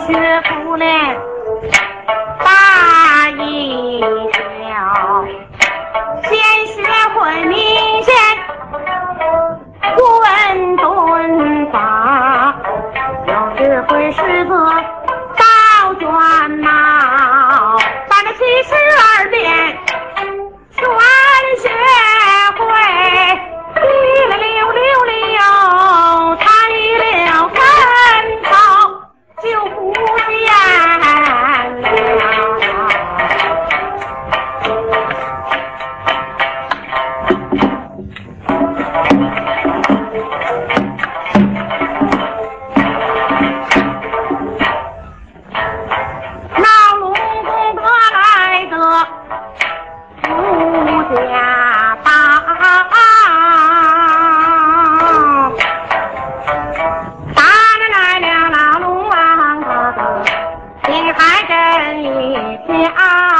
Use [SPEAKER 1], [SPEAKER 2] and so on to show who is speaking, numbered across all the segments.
[SPEAKER 1] 学不练大一小，先学会明显混沌法，有智慧识字倒转脑，把那72变全学会，一了溜溜溜，他一溜跟头就不见了。闹龙宫得来的不家宝，打来了老龙王他的心还真一跳。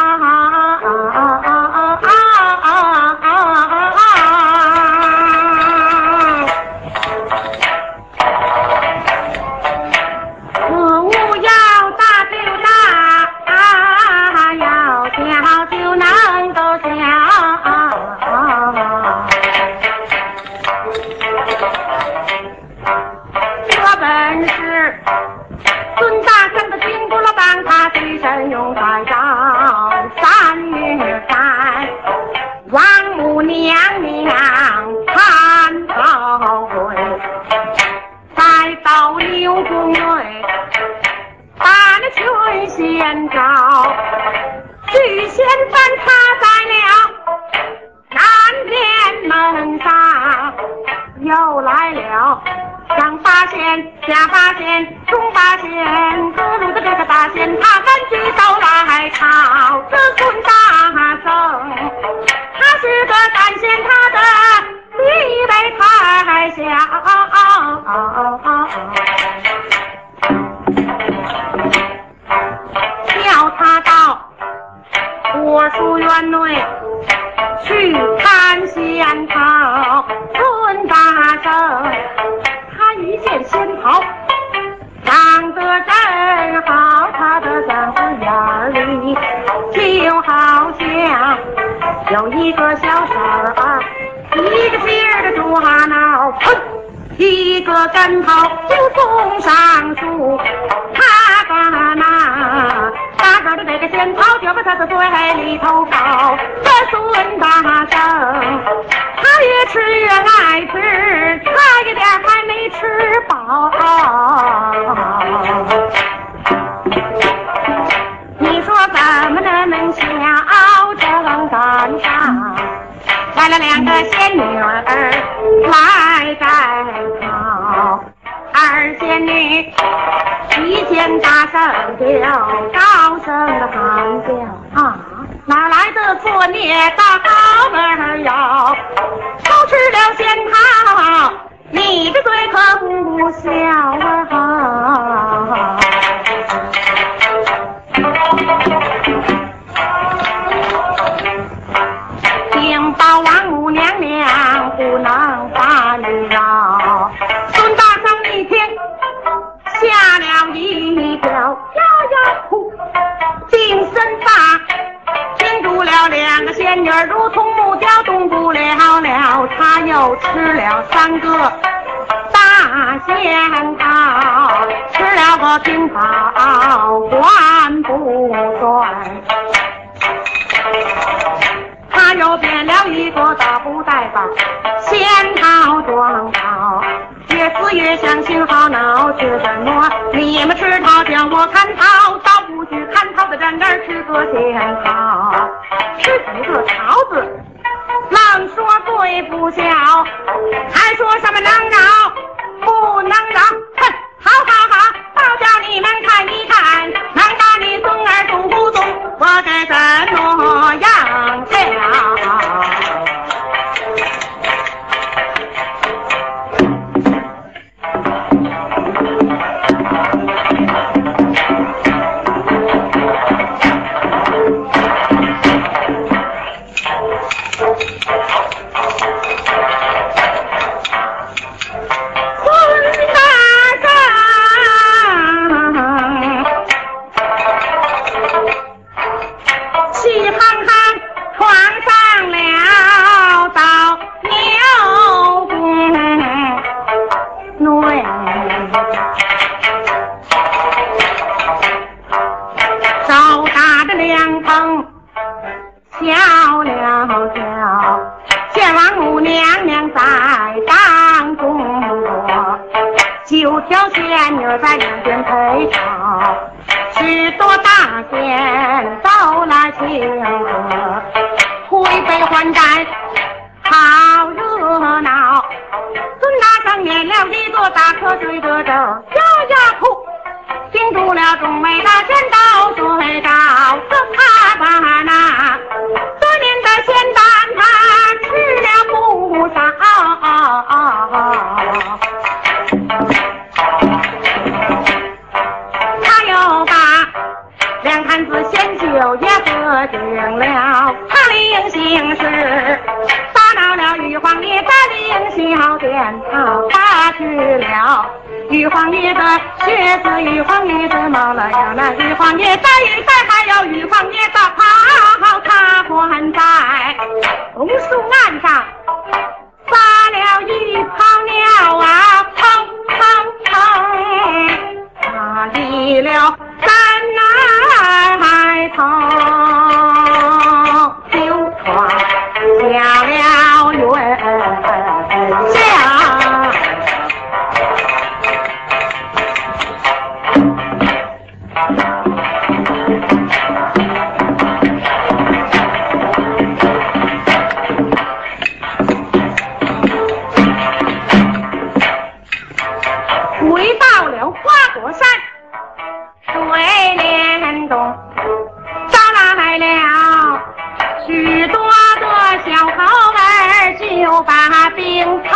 [SPEAKER 1] 可恶要大就大，要小就能够小。这本是孙大圣的金箍了帮他随身用在招3月3，王母娘娘看到鬼，在斗牛宫内把那群仙招，聚仙幡插在了南边门上，又来了上八仙下八仙中八仙，各路的这个大仙他们举手来朝这孙大圣，他是个单仙，他的地位太小，叫他到果树园内去看仙桃。孙大圣他一见仙桃长得真好，他的三只眼里就好像有一个小手儿，一个劲儿的抓挠，砰，一个跟头就送上树。他把那大个的这个仙桃就把他的嘴里头搞，这孙大圣他越吃越爱吃，差一点还没吃饱。你说怎么能小正赶上来了2个仙女儿来在跑，二仙女一见大圣就高声的喊叫啊，哪来的作孽大好儿哟，偷吃了仙桃，你的嘴可不小啊。禀报王母娘娘不能烦扰，孙大圣一听吓了一跳，呀呀哭，定身法停住了2个仙女，如同木雕动不了了，他又吃了3个大仙桃，吃了个平跑还不转，他又变了一个大布袋吧，仙桃装桃，越思越想心好恼，吃什么你们吃桃叫我看桃，倒不许看桃的人儿吃个仙桃，吃几个桃子愣说对不孝，还说什么能饶不能饶，哼，好好好，倒叫你们看一看，能把你孙儿动不动我该怎么样叫。孙大圣仙女在两边陪唱，许多大仙都来庆贺，推杯换盏好热闹。孙大圣念了一座大瞌睡着着，呀呀哭，惊住了众位大仙到睡着，这他把那多年的仙丹他吃了不少。他又把两坛子仙酒也喝尽了，他临行时打到了玉皇爷的凌霄殿，他去了玉皇爷的靴子，玉皇爷的帽了呀，那玉皇爷的玉带，还有玉皇爷的袍，他还在榕树岸上撒了一泡尿啊，砰砰砰，他离了山来头，就闯下了冤家。把冰泡，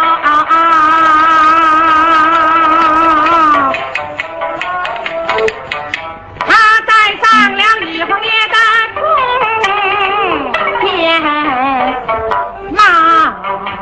[SPEAKER 1] 他带上了玉皇爷的天帽，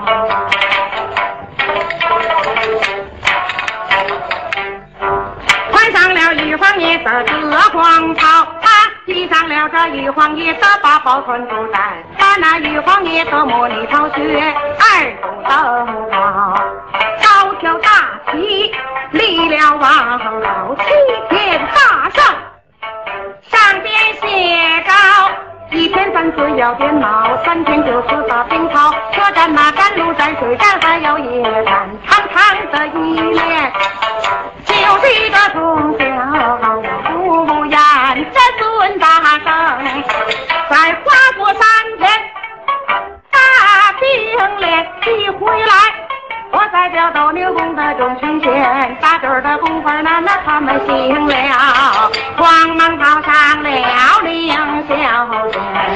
[SPEAKER 1] 穿上了玉皇爷的德皇袍，他披上了这玉皇爷的八宝穿珠带，把那玉皇爷的茉莉桃靴二度登高，高挑大旗立了王后，齐天大圣上边写着一天三次要变毛，3天就是打冰炮，车站马站路站水站还有野战，长长的一列就是一个从小不言这孙大圣在花果3天大病连一回来，我在这斗牛宫的中群前，打盹的功夫那他们醒了，慌忙跑上了凌霄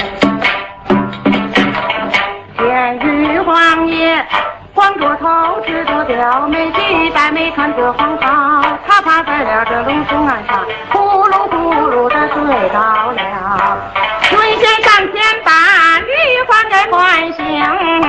[SPEAKER 1] 殿，见玉皇爷光着头直着吊，没系带没穿着黄袍，他趴在了这榕树岸上，呼噜呼噜的睡着了。尊仙上前把玉皇给唤醒，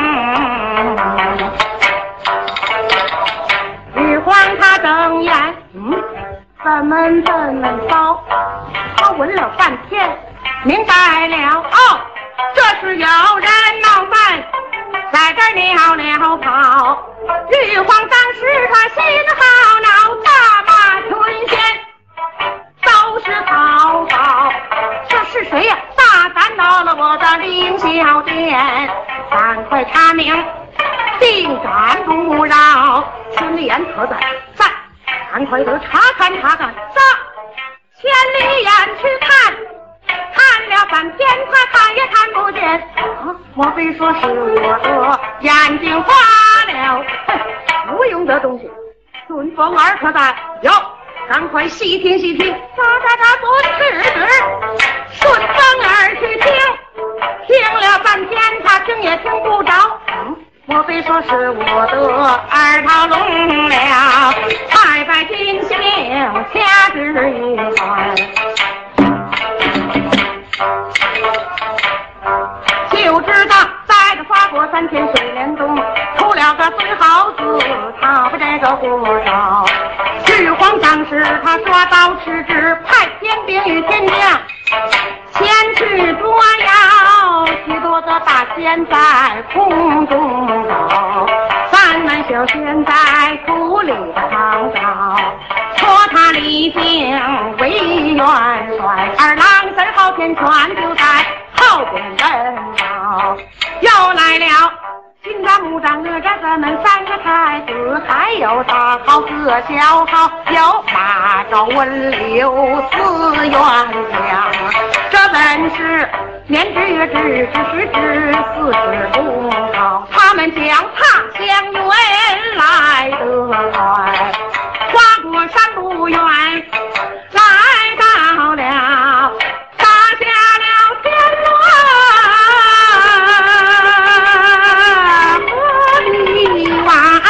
[SPEAKER 1] 玉皇他睁眼，怎么着？他闻了半天，明白了，这是有人闹翻，在这尿了泡。玉皇当时他心好恼，大骂群仙都是逃跑。这是谁呀？大胆到了我的凌霄殿，赶快查明，定斩不饶。孙立言可在，赶快得查看，走，千里眼去看。看了半天，他看也看不见，莫非说是我的眼睛花了？无用的东西！顺风儿可在？有，赶快细听，不是顺风儿去听，听了半天，他听也听不着。莫非说是我的耳套聋了？拜拜金星掐指一算，就知道在这花果3天水帘洞出了个最好子，他把这个护照玉皇当时他抓到斥职，派天兵与天将前去捉妖，许多的大仙在空中走，3门小仙在土里的唐朝，说他李靖为元帅，二郎神好天全就在后边人道，又来了金金吒、木吒、哪吒咱们三个太子，还有大好和小好，有马昭、文刘四员将。这本是年之月之日之时之四之公好，他们将他相援来得快，跨过山不远，来到了打下了天罗和地王。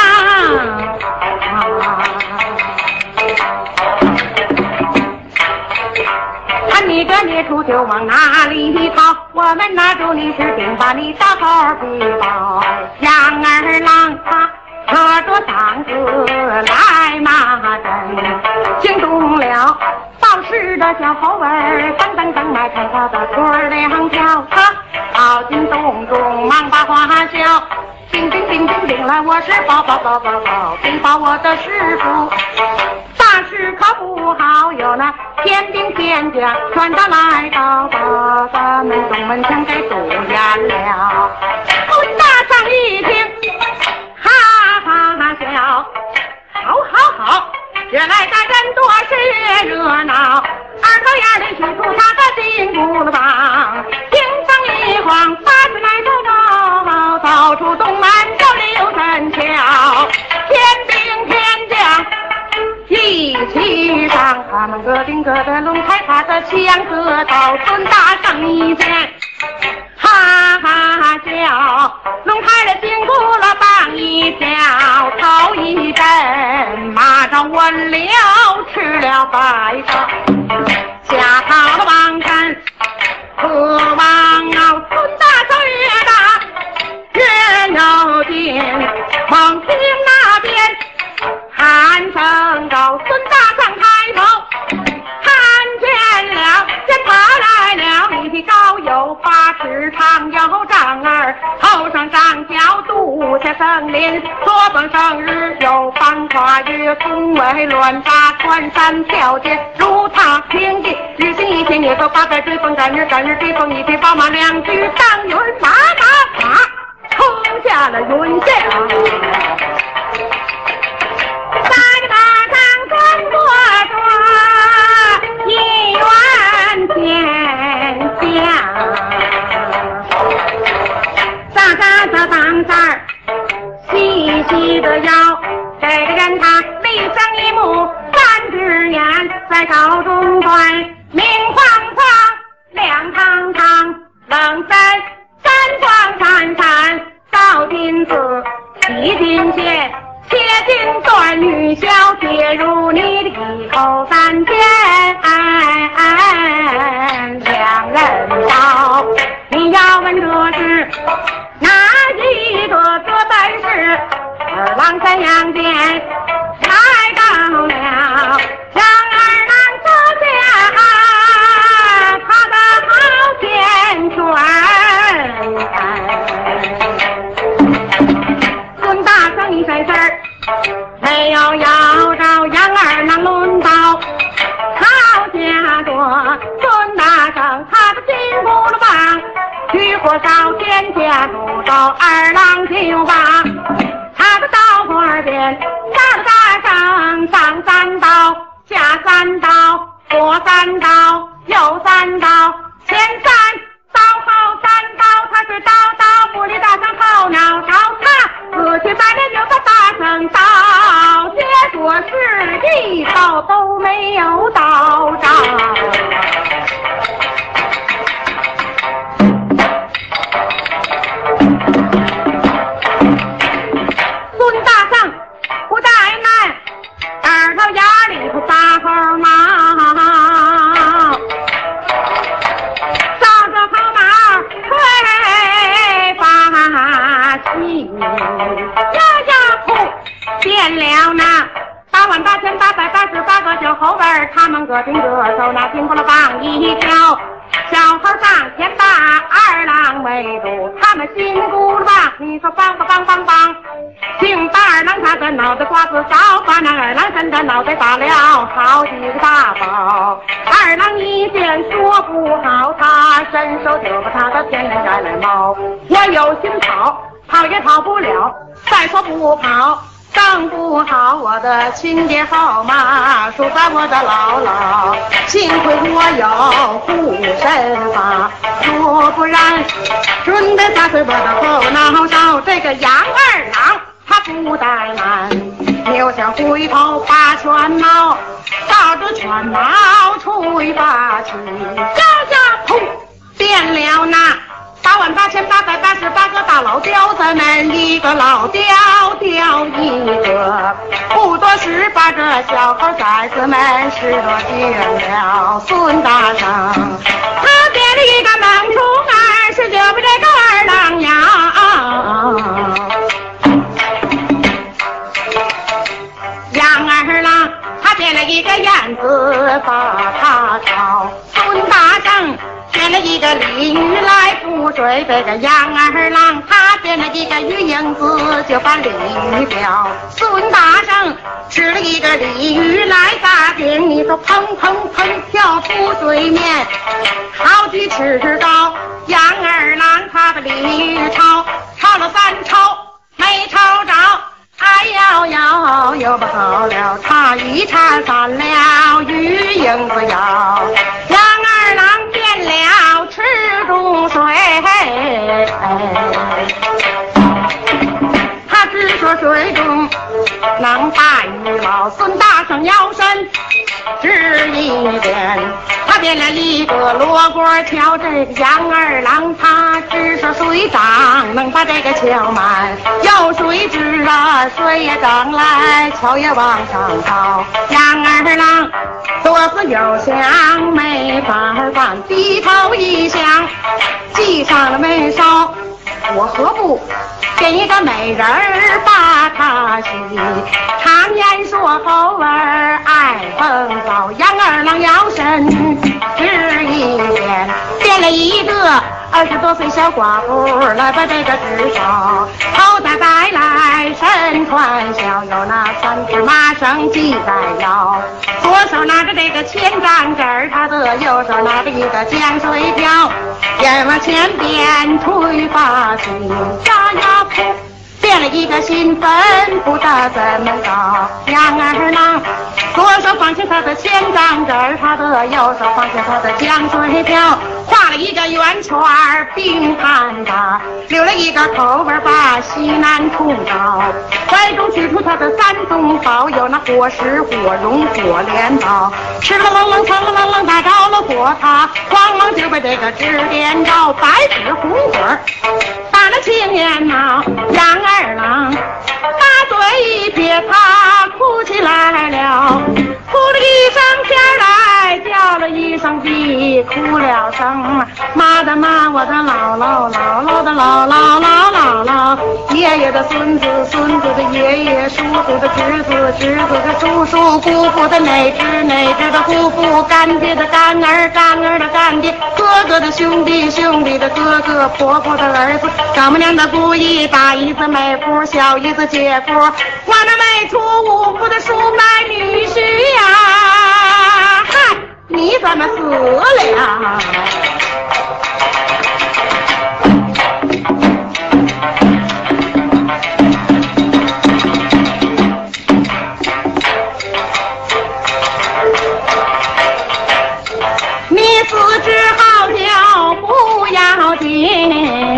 [SPEAKER 1] 看你这孽畜就往哪里跑，我们拿住你是定把你打好地包。杨二郎他扯着嗓子来骂人，惊动了报时的小猴儿，噔噔噔迈开他的腿儿两条，他跑进洞中忙把话笑，叮叮叮叮叮来我是报，禀报我的师傅，大事可不好，有那天兵天将全都来到，把咱们东门城给堵严了。孙大圣一听哈哈笑，好，原来咱人多是热闹，二头眼里取出他的金箍了棒，听声一晃八字来的高，走出东门就刘真桥，天兵天将一起上，他们各顶各的龙抬他的枪各刀，孙大圣一见哈哈笑，龙抬了金箍了棒一挑，头一阵马上问了吃了白饭，下到了王山和王敖，孙大圣越大越有劲，猛听那边喊声高，孙大圣抬头看见了，先爬来了一匹高有8尺长，有丈二，头上长角，肚下生鳞，左膀生日，右膀跨越，弓尾乱打，穿山跳涧，如踏平地，日行一天也都8百追风，赶日追风，一匹宝马2驹当云马冲下了云线。三个大丈跟过着一员天将，这当这儿细细的腰，这个人他眉生一目3只眼，在高中端明晃晃亮堂堂，冷森3光闪闪，照金子洗金线，切金断玉箫，贴入你的一口3间，两人刀。你要问这是哪一个本事，二郎三阳间来到了杨二郎手下，他的好天权。孙大圣一伸身没有要着杨二郎轮到，好家伙，孙大圣他的金箍了棒，去火烧天下不到二郎就把他的刀花边，大圣上3刀，下3刀，左3刀，右3刀，前3刀后3刀，他是刀不离大圣后脑勺，他过去百年就把大圣刀，结果是一刀都没有刀着。孙大圣不怠慢，二头眼里头撒猴毛，照着好毛吹发气，见了那8888888个小猴儿，他们各顶各手拿金箍了棒一条，小猴上前把二郎围住，他们金箍了棒，你说梆请把二郎他的脑袋瓜子烧，把那二郎身的脑袋打了好几个大包。二郎一见说不好，他伸手就把他的天灵摘来毛，我有心跑， 跑也跑不了。再说不跑更不好，我的亲爹好嘛，守在我的姥姥，幸亏我有护身法，若不然准得砸碎我的后脑勺。这个杨二郎他不怠慢，扭向回头把拳毛，照着拳毛吹发起，呀呀砰，变了那88888个大老刁子们，一个老刁刁一个，不多时把这小猴崽子们拾掇进了孙大圣。他变了一个猛虫儿，是就把这个二郎杨二郎，他变了一个燕子把他抄。孙大圣变了一个鲤鱼来浮水，这个杨二郎他变了一个鱼影子就把鲤鱼钓。孙大圣吃了一个鲤鱼来打顶，你说砰砰砰跳出水面，好几尺高。杨二郎他的鲤鱼抄了3抄没抄着，哎呦又不好了，差一差散了鱼影子摇。杨二郎变了池中水，他只说水中能大鱼捞。孙大圣摇身指一变，他变了一个罗锅敲。这个杨二郎他只说水涨能把这个敲满，有水至啊水也涨来，桥也往上高。杨二郎多次有想没法办，低头一想系上了眉梢，我何不变一个美人儿把他洗？常言说猴儿爱风骚，杨二郎摇身指一变了一个20多岁小寡妇来把这个指手，头戴白来身穿小，有那3只麻绳系在腰，左手拿着这个千丈针儿，他的右手拿着一个江水瓢，眼往前边推发起，呀呀噗，变了一个新坟不知道怎么搞。杨二郎左手放下他的千丈针儿，他的右手放下他的江水瓢，画了一个圆圈并盘它，留了一个口味把西南冲着，怀中取出他的3宗宝，有那火石、火绒、火镰刀，吃了愣愣蹭了愣愣打着了火，他慌忙就把这个指点着，白纸红嘴打了青眼毛。杨二郎把嘴一撇，他哭起来了，哭了一声天来，叫了一声地，哭了声妈的妈，我的姥姥，姥姥的姥姥，姥姥，爷爷的孙子，孙子的爷爷，叔叔的侄子，侄子的叔叔，姑父的哪只的姑父，干爹的干儿，干儿的干爹，哥哥的兄弟，兄弟的哥哥，婆婆的儿子，丈母娘的姑姨，大姨子妹夫，小姨子姐夫，我那没出五夫的叔伯女婿呀，嗨，你怎么死了？你死之后就不要紧，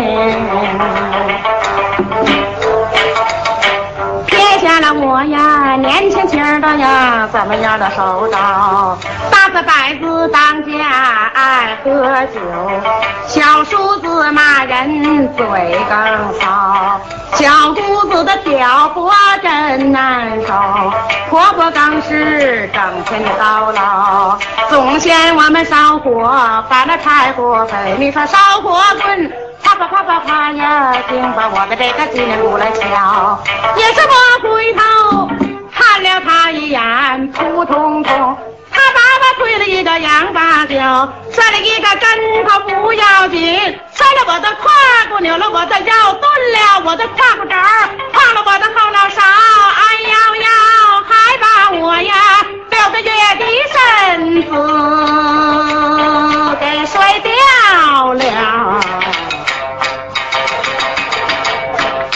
[SPEAKER 1] 撇下了我呀，年轻轻的呀，怎么样的手招？大子摆子当家爱喝酒，小叔子骂人嘴更骚，小姑子的挑拨真难受，婆婆更是整天的叨唠，总嫌我们烧火把那柴火费，你说烧火棍啪啪啪啪啪呀，竟把我的这个金箍来敲，也是我回头看了他一眼，扑通通他爸爸推了一个洋八九，摔了一个跟头不要紧，摔了我的胯骨，扭了我的腰，炖了我的胯骨轴，碰了我的后脑勺，哎呦呦，还把我呀6个月的身子给摔掉了。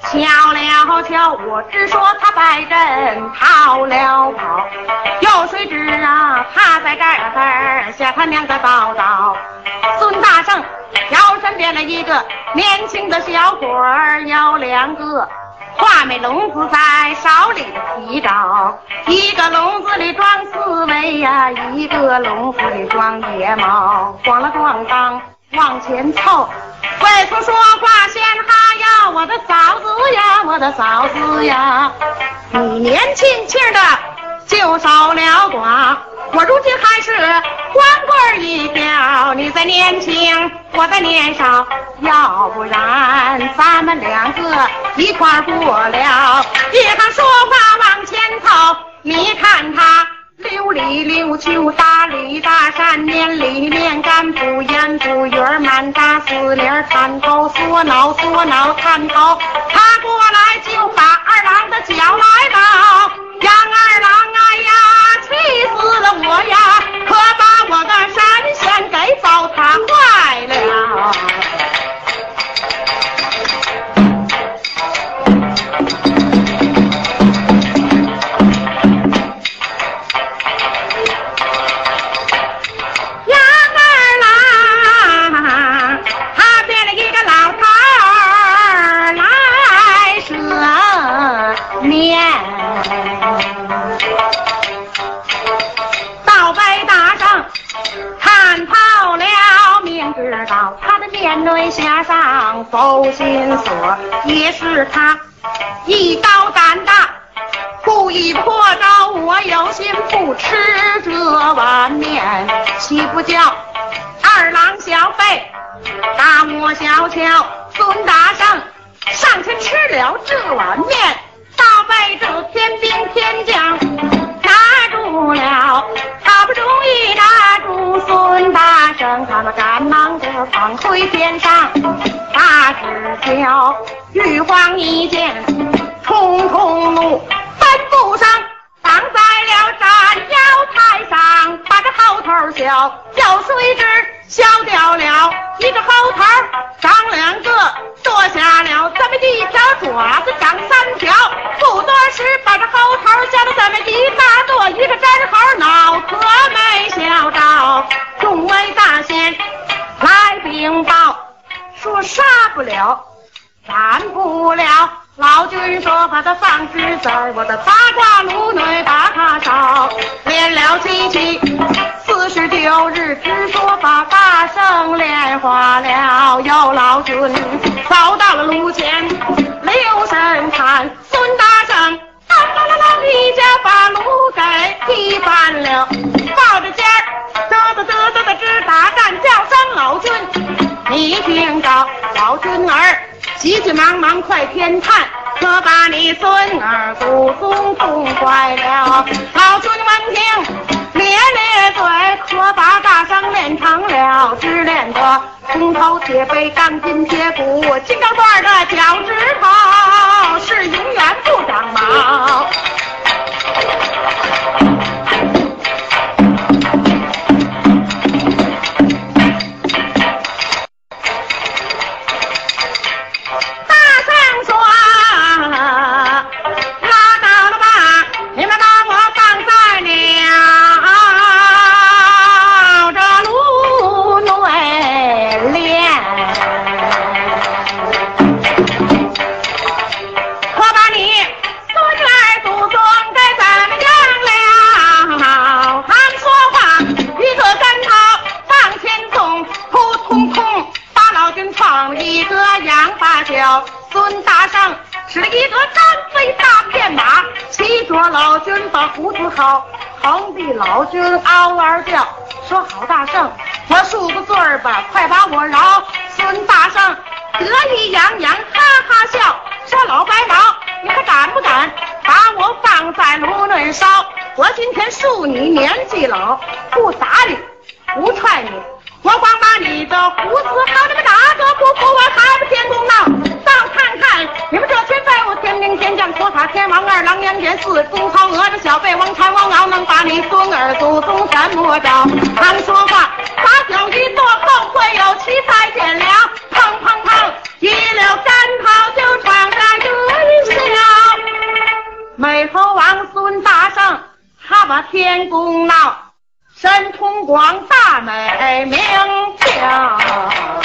[SPEAKER 1] 巧了巧，我只说他败阵逃了跑，有谁知啊，他在这儿向他娘的报道。孙大圣腰身边了一个年轻的小伙儿，有两个画眉笼子在手里提着，一个笼子里装刺猬呀，一个笼子里装野猫，咣了咣当往前凑，未曾说话先哈呀，我的嫂子呀，我的嫂子呀，你年轻轻的就守了寡，我如今还是光棍一条，你在年轻，我在年少，要不然咱们两个一块儿过了。一行说话往前凑，你看他溜里溜秋，大里大山，面里面干不言不语，满大四面探头，缩脑探头，他过来就把二郎的脚来抱，杨二郎哎呀，气死了我呀，可把我的神仙给糟蹋坏了。面内下上走心锁，也是他一刀胆大，故意破招。我有心不吃这碗面，岂不叫二郎小费大摸小瞧？孙大圣上前吃了这碗面，倒被这天兵天将拿住了，好不容易拿住孙大圣，他们赶忙的放回天上，大只叫玉皇一见，冲冲怒，奔步上挡在了斩妖台上，把这猴头削，有谁知削掉了一个猴头，长两个，剁下了这么一条爪子，长三条，不多时把这猴头削了这么一大剁，一个真猴脑可没想着。众位大仙来禀报，说杀不了，斩不了。老君说把他放置在我的八卦炉内，把他烧，练了749日，只说把大圣炼化了。有老君走到了炉前，留神看孙大圣当啷啷啷一下把炉给踢翻了，抱着尖儿嘚嘚嘚嘚的直打战，叫声老君。你听到老君儿急急忙忙快天探，可把你孙儿祖宗痛坏了。老君闻听咧咧嘴，可把大圣练成了，只练得铜头铁背钢筋铁骨，金刚钻的脚趾头是永远不长毛。孙大圣使了一个单飞大片马，骑着老君把胡子薅，横地老君嗷嗷叫，说好大圣，我恕个罪儿吧，快把我饶。孙大圣得意洋洋哈哈笑，说老白毛，你还敢不敢把我放在炉内烧？我今天恕你年纪老，不打你不踹你，我光把你的胡子薅这么大个不服，我还不天公闹。到看看你们这群废物，天兵天将托塔天王二郎杨戬四公曹娥的小辈王禅王敖，能把你孙儿祖宗怎么着？常说话把酒一跺，后会有期才见了。砰砰砰，一溜山炮就闯下去。 天公闹，神通广大美名tiếng。